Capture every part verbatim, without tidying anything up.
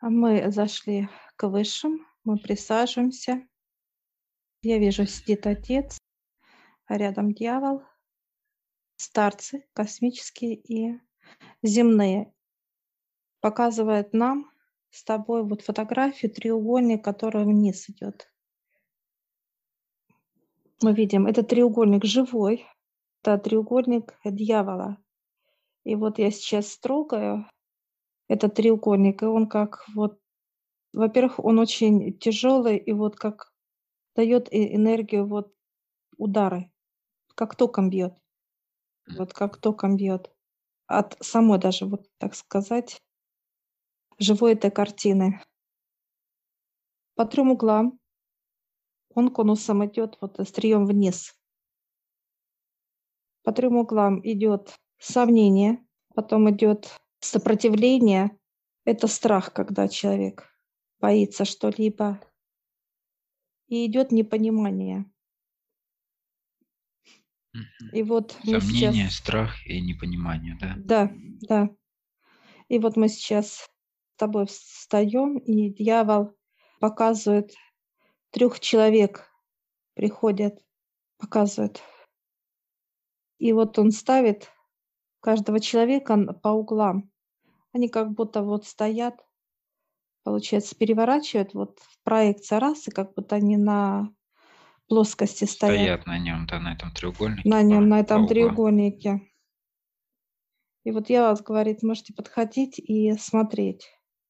Мы зашли к высшим, мы присаживаемся. Я вижу, сидит отец, а рядом дьявол, старцы космические и земные. Показывает нам с тобой вот фотографию, треугольник, который вниз идет. Мы видим, это треугольник живой, это треугольник дьявола. И вот я сейчас трогаю этот треугольник, и он как вот, во-первых, он очень тяжелый, и вот как дает э- энергию, вот удары, как током бьет. Вот как током бьет. От самой даже, вот так сказать, живой этой картины. По трем углам он конусом идет вот острием вниз. По трем углам идет сомнение, потом идет сопротивление. Это страх, когда человек боится что-либо. И идет непонимание. Мгм. И вот мы Сомнение, сейчас... страх и непонимание, да? Да, да. И вот мы сейчас с тобой встаем, и дьявол показывает трех человек, приходят, показывает. И вот он ставит каждого человека н- по углам. Они как будто вот стоят, получается, переворачивают вот в проекции раз, и как будто они на плоскости стоят Стоят на нем, да, на этом треугольнике на нем, по, на по этом углам. треугольнике. И вот я вас, говорит, можете подходить и смотреть.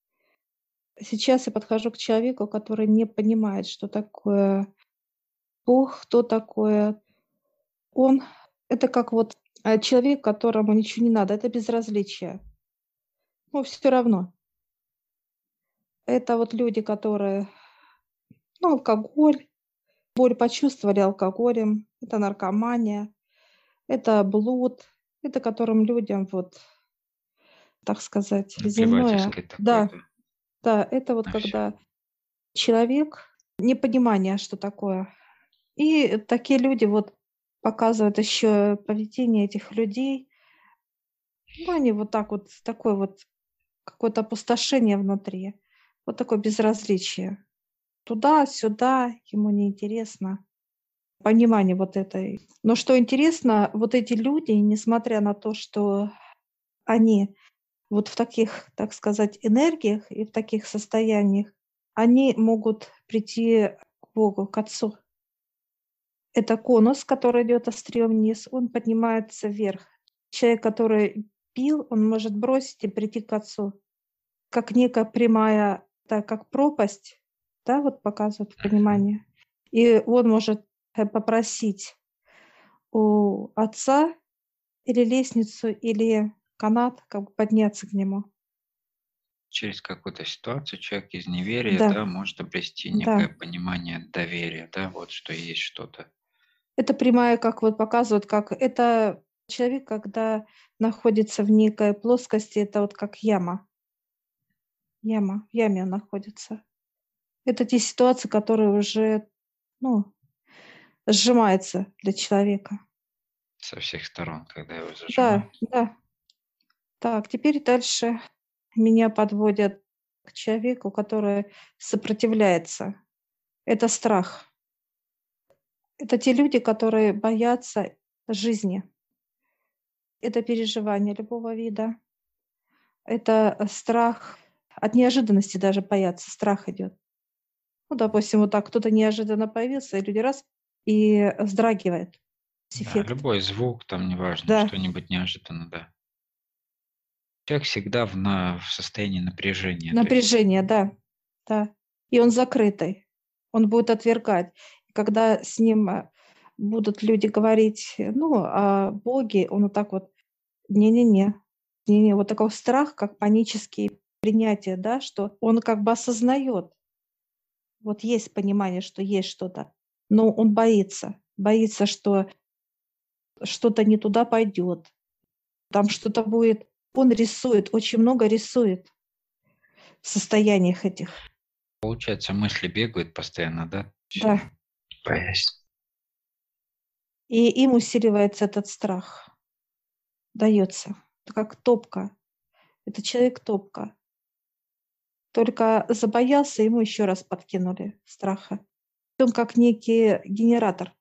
Сейчас я подхожу к человеку, который не понимает, что такое Бог, кто такое он. Это как вот э, человек, которому ничего не надо, это безразличие. Ну, все равно. Это вот люди, которые, ну, алкоголь, боль почувствовали алкоголем, это наркомания, это блуд, это которым людям вот, так сказать, земное. Наплевательское такое, Да, да, да, это вот на все. когда человек, непонимание, что такое. И такие люди вот показывают еще поведение этих людей. Ну, они вот так вот, такое вот какое-то опустошение внутри, вот такое безразличие. Туда-сюда, ему неинтересно. Понимание вот этой. Но что интересно, вот эти люди, несмотря на то, что они вот в таких, так сказать, энергиях и в таких состояниях, они могут прийти к Богу, к Отцу. Это конус, который идет острием вниз, он поднимается вверх. Человек, который пил, он может бросить и прийти к Отцу. Как некая прямая, так как пропасть, да, вот показывает Мгм. понимание. И он может э, попросить у отца или лестницу, или канат, как бы подняться к нему. Через какую-то ситуацию человек из неверия, Да, да, может обрести да. некое понимание доверия, да, вот что есть что-то. Это прямая, как вот показывают, как это человек, когда находится в некой плоскости, это вот как яма. Яма, в яме он находится. Это те ситуации, которые уже, ну, сжимаются для человека. Со всех сторон, когда его Да, зажимают. да. Так, теперь дальше меня подводят к человеку, который сопротивляется. Это страх. Это те люди, которые боятся жизни. Это переживание любого вида. Это э, страх от неожиданности даже боятся. Страх идет. Ну, допустим, вот так кто-то неожиданно появился, и люди раз и вздрагивает. Да, Эффект. любой звук, там неважно, Да, что-нибудь неожиданно, да. Человек всегда в, на, в состоянии напряжения, то есть напряжение, да, да. И он закрытый. Он будет отвергать. И когда с ним э, будут люди говорить, э, ну, о Боге, он вот так вот: "Не-не-не, не-не". Вот такой страх, как панические принятие, да, что он как бы осознает, вот есть понимание, что есть что-то, но он боится. Боится, что что-то не туда пойдет, там что-то будет. Он рисует, очень много рисует в состояниях этих. получается мысли бегают постоянно, да, все, Да. боясь. И им усиливается этот страх, дается. Это как топка. Это человек-топка. Только забоялся, ему еще раз подкинули страха. Он как некий генератор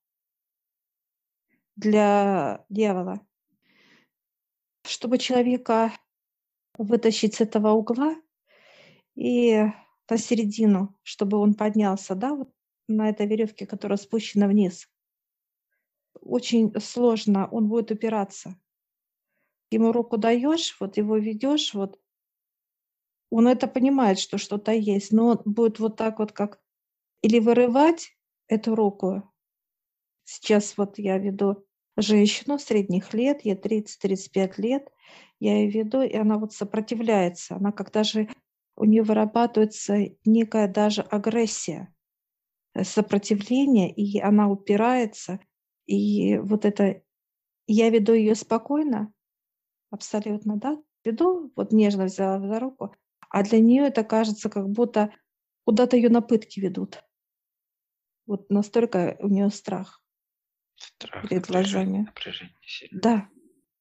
для дьявола. Чтобы человека вытащить с этого угла и на середину, чтобы он поднялся, да, вот на этой веревке, которая спущена вниз. Очень сложно, он будет упираться. Ему руку даешь, вот его ведешь, вот он это понимает, что что-то есть, но он будет вот так вот как или вырывать эту руку. Сейчас вот я веду женщину средних лет, ей тридцать тридцать пять лет, я ее веду, и она вот сопротивляется. Она как даже, у нее вырабатывается некая даже агрессия, э, сопротивление, и она упирается. И вот это, я веду ее спокойно, абсолютно, да, веду, вот нежно взяла за руку, а для нее это кажется, как будто куда-то ее на пытки ведут. Вот настолько у нее страх Страх, перед напряжение, глазами. напряжение сильно. Да.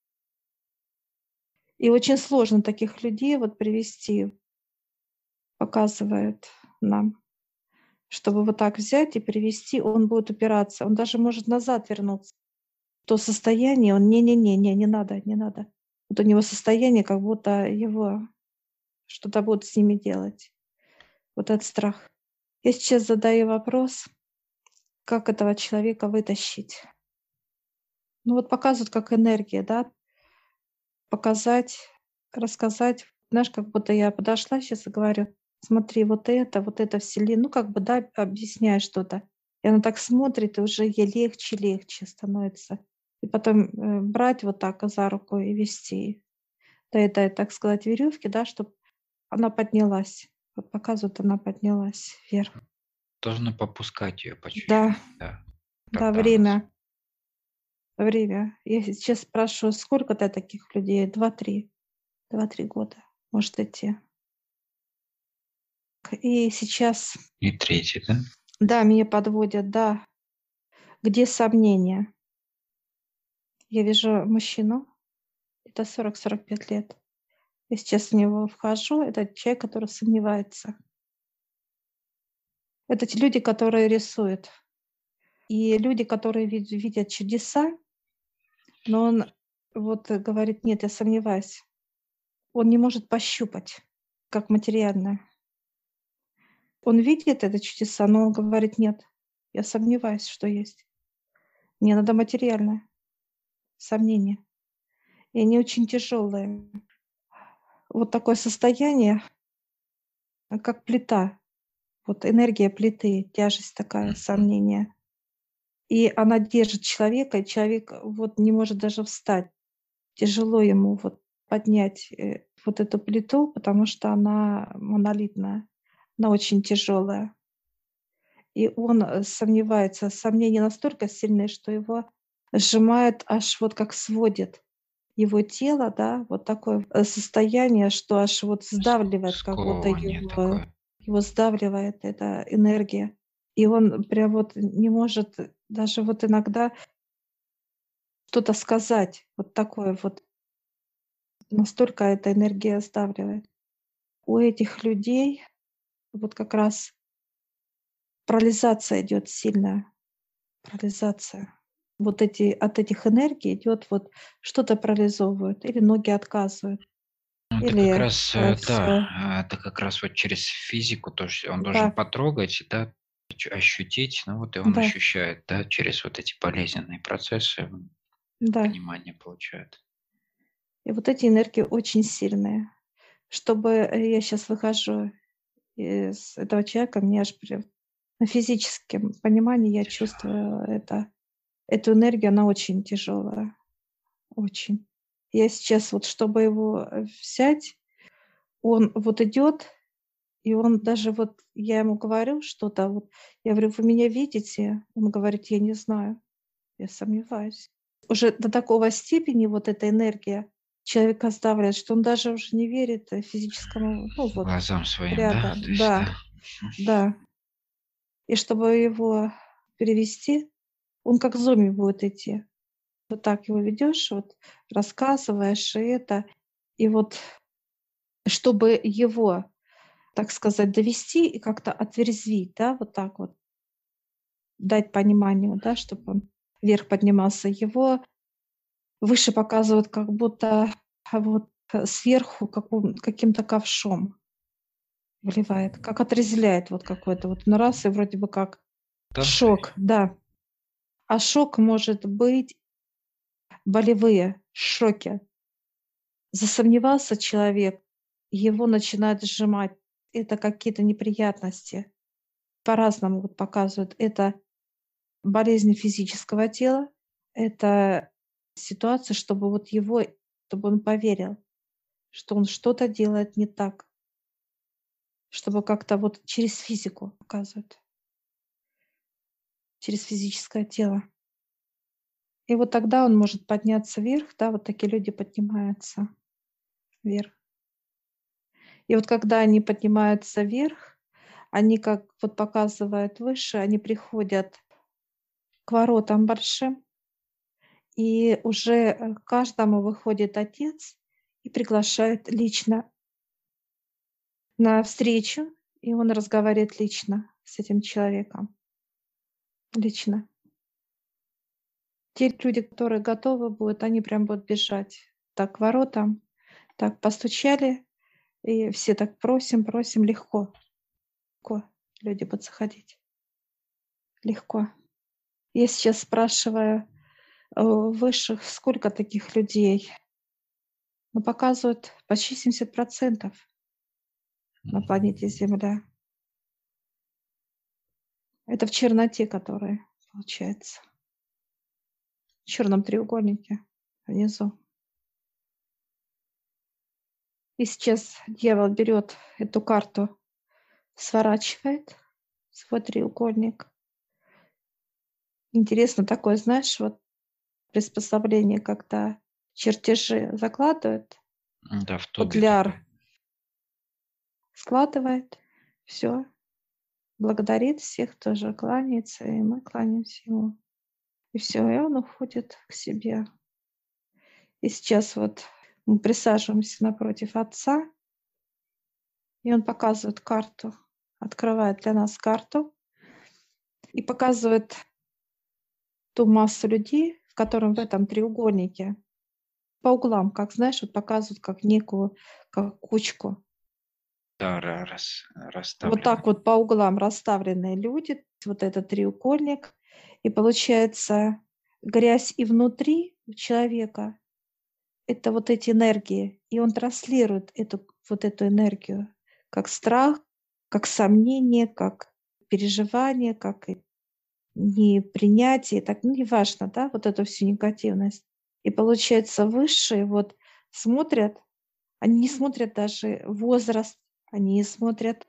И очень сложно таких людей вот привести, показывает нам, чтобы вот так взять и привести, он будет упираться, он даже может назад вернуться. То состояние, он не-не-не, не, не надо, не надо. Вот у него состояние, как будто его что-то будут с ними делать. Вот этот страх. Я сейчас задаю вопрос, как этого человека вытащить. Ну вот показывают, как энергия, да, показать, рассказать. Знаешь, как будто я подошла сейчас и говорю: смотри, вот это, вот это вселенная. Ну, как бы, да, объясняю что-то. И она так смотрит, и уже ей легче, легче становится. И потом э, брать вот так за руку и вести до этой, так сказать, веревки, да, чтобы она поднялась. Вот показывают, она поднялась вверх. Должны попускать ее по Да, чуть-чуть, да. да, Тогда она с- время, время. Я сейчас спрашиваю, сколько-то таких людей? Два-три, два-три года может идти. И сейчас, И третий, да? да, меня подводят, да. Где сомнения? Я вижу мужчину, это сорок-сорок пять лет. Я сейчас в него вхожу, это человек, который сомневается. Это те люди, которые рисуют. И люди, которые вид- видят чудеса, но он вот э, говорит: нет, я сомневаюсь. Он не может пощупать, как материальное. Он видит это чудеса, но он говорит: нет, я сомневаюсь, что есть. Мне надо материальное. Сомнения. И они очень тяжелые. Вот такое состояние, а, как плита. Вот энергия плиты, тяжесть такая, Мгм. сомнение. И она держит человека, и человек вот не может даже встать. Тяжело ему вот поднять, э, вот эту плиту, потому что она монолитная, она очень тяжелая. И он, э, сомневается. Сомнения настолько сильные, что его сжимает, аж вот как сводит его тело, да, вот такое э, состояние, что аж вот Ск- сдавливает, как будто Сковывание его такое. его сдавливает эта энергия. И он прям вот не может даже вот иногда что-то сказать. Вот такое вот. Настолько эта энергия сдавливает. У этих людей вот как раз парализация идет сильная, парализация. Вот эти от этих энергий идет вот что-то парализовывают, или ноги отказывают, Ну, это как или раз, э, все. да, а, это как раз вот через физику, то есть он должен Да, потрогать, да, ч- ощутить, ну вот и он да, ощущает, да, через вот эти болезненные процессы он да. понимание получает. И вот эти энергии очень сильные. Чтобы э, я сейчас выхожу из этого человека, мне аж прям на физическом понимании я Тяжело. чувствую это. Эту энергию, она очень тяжелая, очень. Я сейчас вот, чтобы его э, взять, он вот идет, и он даже вот, я ему говорю что-то, вот, я говорю: вы меня видите? Он говорит: я не знаю, я сомневаюсь. Уже до такого степени вот эта энергия человека сдавливает, что он даже уже не верит э, физическому, ну вот, Глазам своим, да, рядом. то есть, Да, да. да. И чтобы его перевести, он как зомби будет идти. Вот так его ведешь, вот рассказываешь, и это. И вот чтобы его так сказать, довести и как-то отрезвить, да, вот так вот, дать пониманию, да, чтобы он вверх поднимался. Его выше показывают как будто а, вот э, сверху каком- каким-то ковшом вливает, как отрезвляет вот какой-то вот на раз, и вроде бы как шок, Давление. да. А шок может быть болевые, шоки. Засомневался человек, его начинает сжимать. Это какие-то неприятности. По-разному вот показывают. Это болезнь физического тела, это ситуация, чтобы вот его, чтобы он поверил, что он что-то делает не так, чтобы как-то вот через физику показывают, через физическое тело. И вот тогда он может подняться вверх, да, вот такие люди поднимаются вверх. И вот когда они поднимаются вверх, они, как вот показывают выше, они приходят к воротам большим, и уже э, к каждому выходит отец и приглашает лично на встречу, и он разговаривает лично с этим человеком. Лично. Те люди, которые готовы будут, они прям будут бежать так к воротам, так постучали, и все так просим, просим, легко, легко люди будут заходить, легко. Я сейчас спрашиваю э, высших, сколько таких людей, но показывают почти семьдесят процентов на планете Земля. Это в черноте, которая получается, в черном треугольнике внизу. И сейчас дьявол берет эту карту, сворачивает свой треугольник. Интересно такое, знаешь, вот приспособление, когда чертежи закладывают, Да, в тубе футляр такой. складывает, все, благодарит всех, тоже кланяется, и мы кланяемся ему. И все, и он уходит к себе. И сейчас вот мы присаживаемся напротив отца, и он показывает карту, открывает для нас карту и показывает ту массу людей, в котором в этом треугольнике по углам, как знаешь, вот показывают как некую как кучку. Да, ра- рас, Вот так расставлены. вот по углам расставленные люди, вот этот треугольник. И получается грязь и внутри у человека — это вот эти энергии. И он транслирует эту, вот эту энергию как страх, как сомнение, как переживание, как и непринятие, так, ну, неважно, да, вот эту всю негативность. И получается, высшие вот смотрят, они не смотрят даже возраст, они не смотрят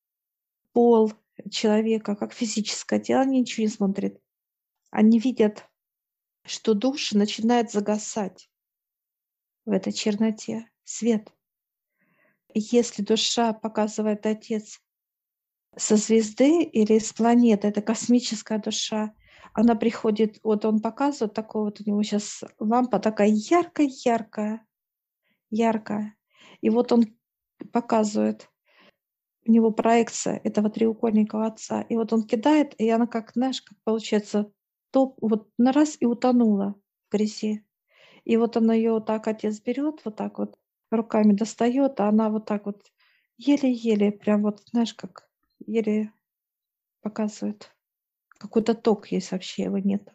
пол человека, как физическое тело, они ничего не смотрят. Они видят, что души начинают загасать в этой черноте, свет. И если душа, показывает Отец, со звезды или с планеты, это космическая душа, она приходит, вот он показывает, такой вот у него сейчас лампа такая яркая-яркая, яркая. И вот он показывает, у него проекция этого треугольника отца. И вот он кидает, и она как, знаешь, как получается, топ, вот на раз и утонула в грязи. И вот он ее вот так отец берет, вот так вот руками достает, а она вот так вот еле-еле, прям вот, знаешь, как еле показывает. Какой-то ток есть вообще, его нет.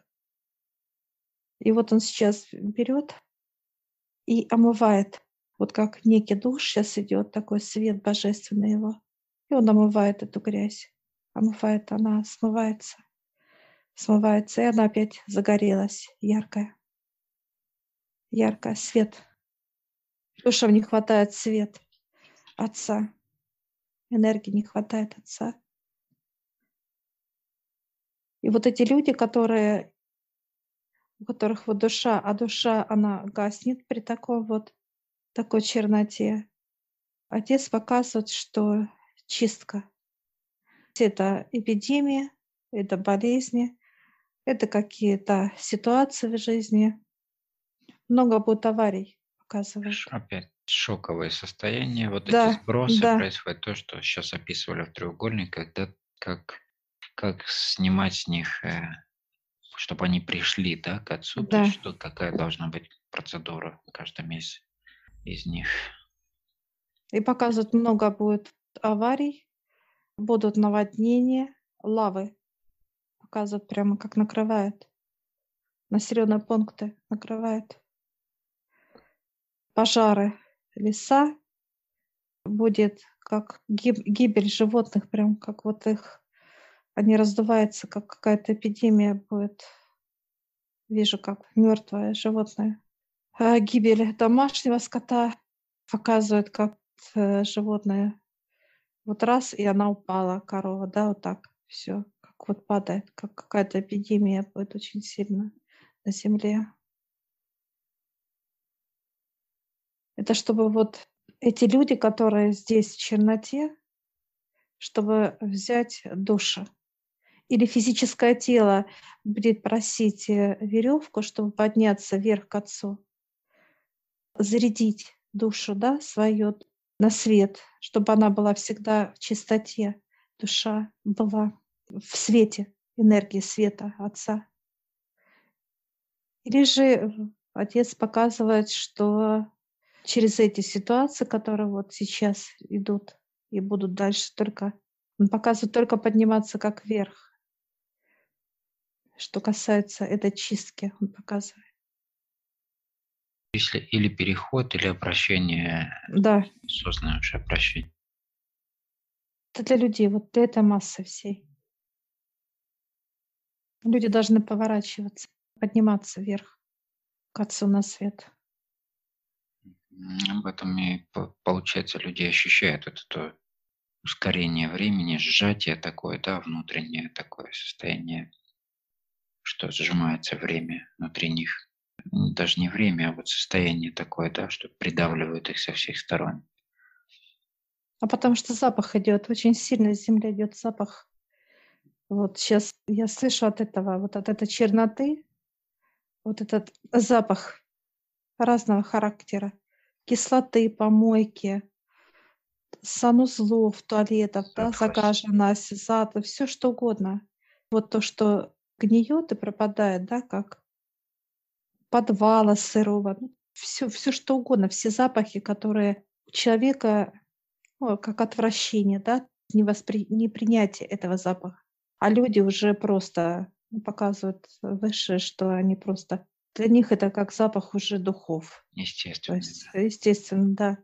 И вот он сейчас берет и омывает, вот как некий душ сейчас идет, такой свет божественный его. И он омывает эту грязь. Омывает, она смывается, смывается, и она опять загорелась, яркая, яркая, свет. Душам не хватает свет Отца, энергии не хватает Отца. И вот эти люди, которые, у которых вот душа, а душа, она гаснет при такой вот такой черноте. Отец показывает, что чистка. Это эпидемия, это болезни, это какие-то ситуации в жизни. Много будет аварий, Ш- показывает. Опять. Шоковое состояние, вот эти Да, сбросы, да, происходит то, что сейчас описывали в треугольниках, да, как как снимать с них, э, чтобы они пришли, да, к отцу, то есть да. что какая должна быть процедура в каждом из из них. И показывают, много будет аварий, будут наводнения, лавы. Показывают прямо, как накрывает. Населенные пункты накрывает. Пожары, леса. Будет как гиб гибель животных, прям как вот их они раздуваются, как какая-то эпидемия будет. Вижу, как мертвое животное. А, гибель домашнего скота показывает, как, э, животное вот раз, и она упала, корова, да, вот так все, как вот падает, как какая-то эпидемия будет очень сильно на земле. Это чтобы вот эти люди, которые здесь в черноте, чтобы взять души. Или физическое тело будет просить, э, веревку, чтобы подняться вверх к Отцу, зарядить душу, да, свою на свет, чтобы она была всегда в чистоте, душа была в свете, энергии света Отца. Или же, э, Отец показывает, что через эти ситуации, которые вот сейчас идут и будут дальше, только Он показывает только подниматься как вверх. Что касается этой чистки, Он показывает. Если или переход, или обращение, Да, осознанное уже обращение. это для людей, вот для этой массы всей. Люди должны поворачиваться, подниматься вверх к Отцу на свет. М, об этом и по получается, люди ощущают вот это ускорение времени, сжатие такое, да, внутреннее такое состояние, что сжимается время внутри них. М, даже не время, а вот состояние такое, да, что придавливает их со всех сторон. А потому что запах идет, очень сильно с земли идет запах. Вот сейчас я слышу от этого, вот от этой черноты, вот этот запах разного характера. Кислоты, помойки, санузлов, туалетов, да, Затхлость. загаженность, зад, все что угодно. Вот то, что гниет и пропадает, да, как подвала сырого, ну, всё всё что угодно, все запахи, которые у человека, ну, как отвращение, да, невоспри непринятие этого запаха. А люди уже просто, ну, показывают выше, что они просто для них это как запах уже духов. То Естественный, есть, да. естественно, да.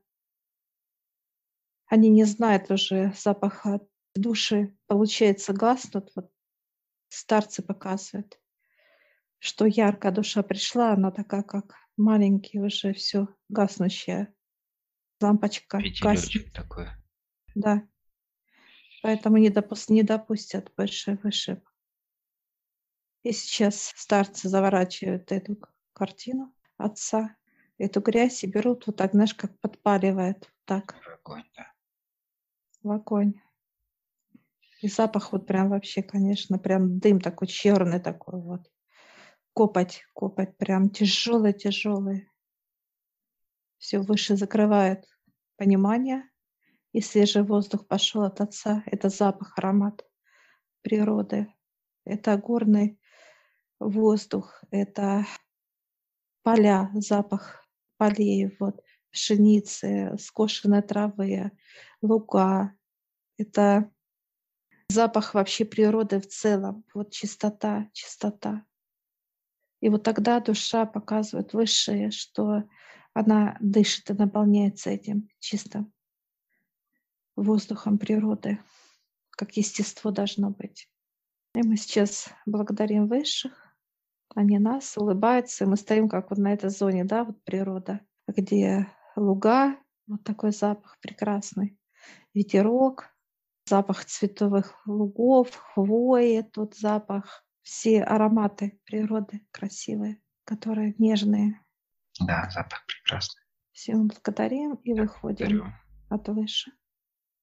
Они не знают уже запаха, души, получается, гаснут. Вот старцы показывают, что яркая душа пришла, она такая, как маленький уже все гаснущая лампочка гаснет, Фитилечек такой. да. Поэтому не допус не допустят больше выше. И сейчас старцы заворачивают эту к картину отца, эту грязь и берут вот так, знаешь, как подпаливают вот так В огонь, да. в огонь. И запах вот прям вообще, конечно, прям дым такой черный такой вот. Копоть, копоть прям тяжелый-тяжелый. Все выше закрывает понимание, и свежий воздух пошел от Отца. Это запах, аромат природы. Это горный воздух, это поля, запах полей, вот, пшеницы, скошенной травы, луга. Это запах вообще природы в целом. Вот чистота, чистота. И вот тогда душа показывает Высшее, что она дышит и наполняется этим чистым воздухом природы, как естество должно быть. И мы сейчас благодарим Высших, они нас, улыбаются, и мы стоим как вот на этой зоне, да, вот природа, где луга, вот такой запах прекрасный, ветерок, запах цветовых лугов, хвои, тот запах, все ароматы природы красивые, которые нежные. Да, запах прекрасный. Всем благодарим и Да, благодарю. выходим от Выше.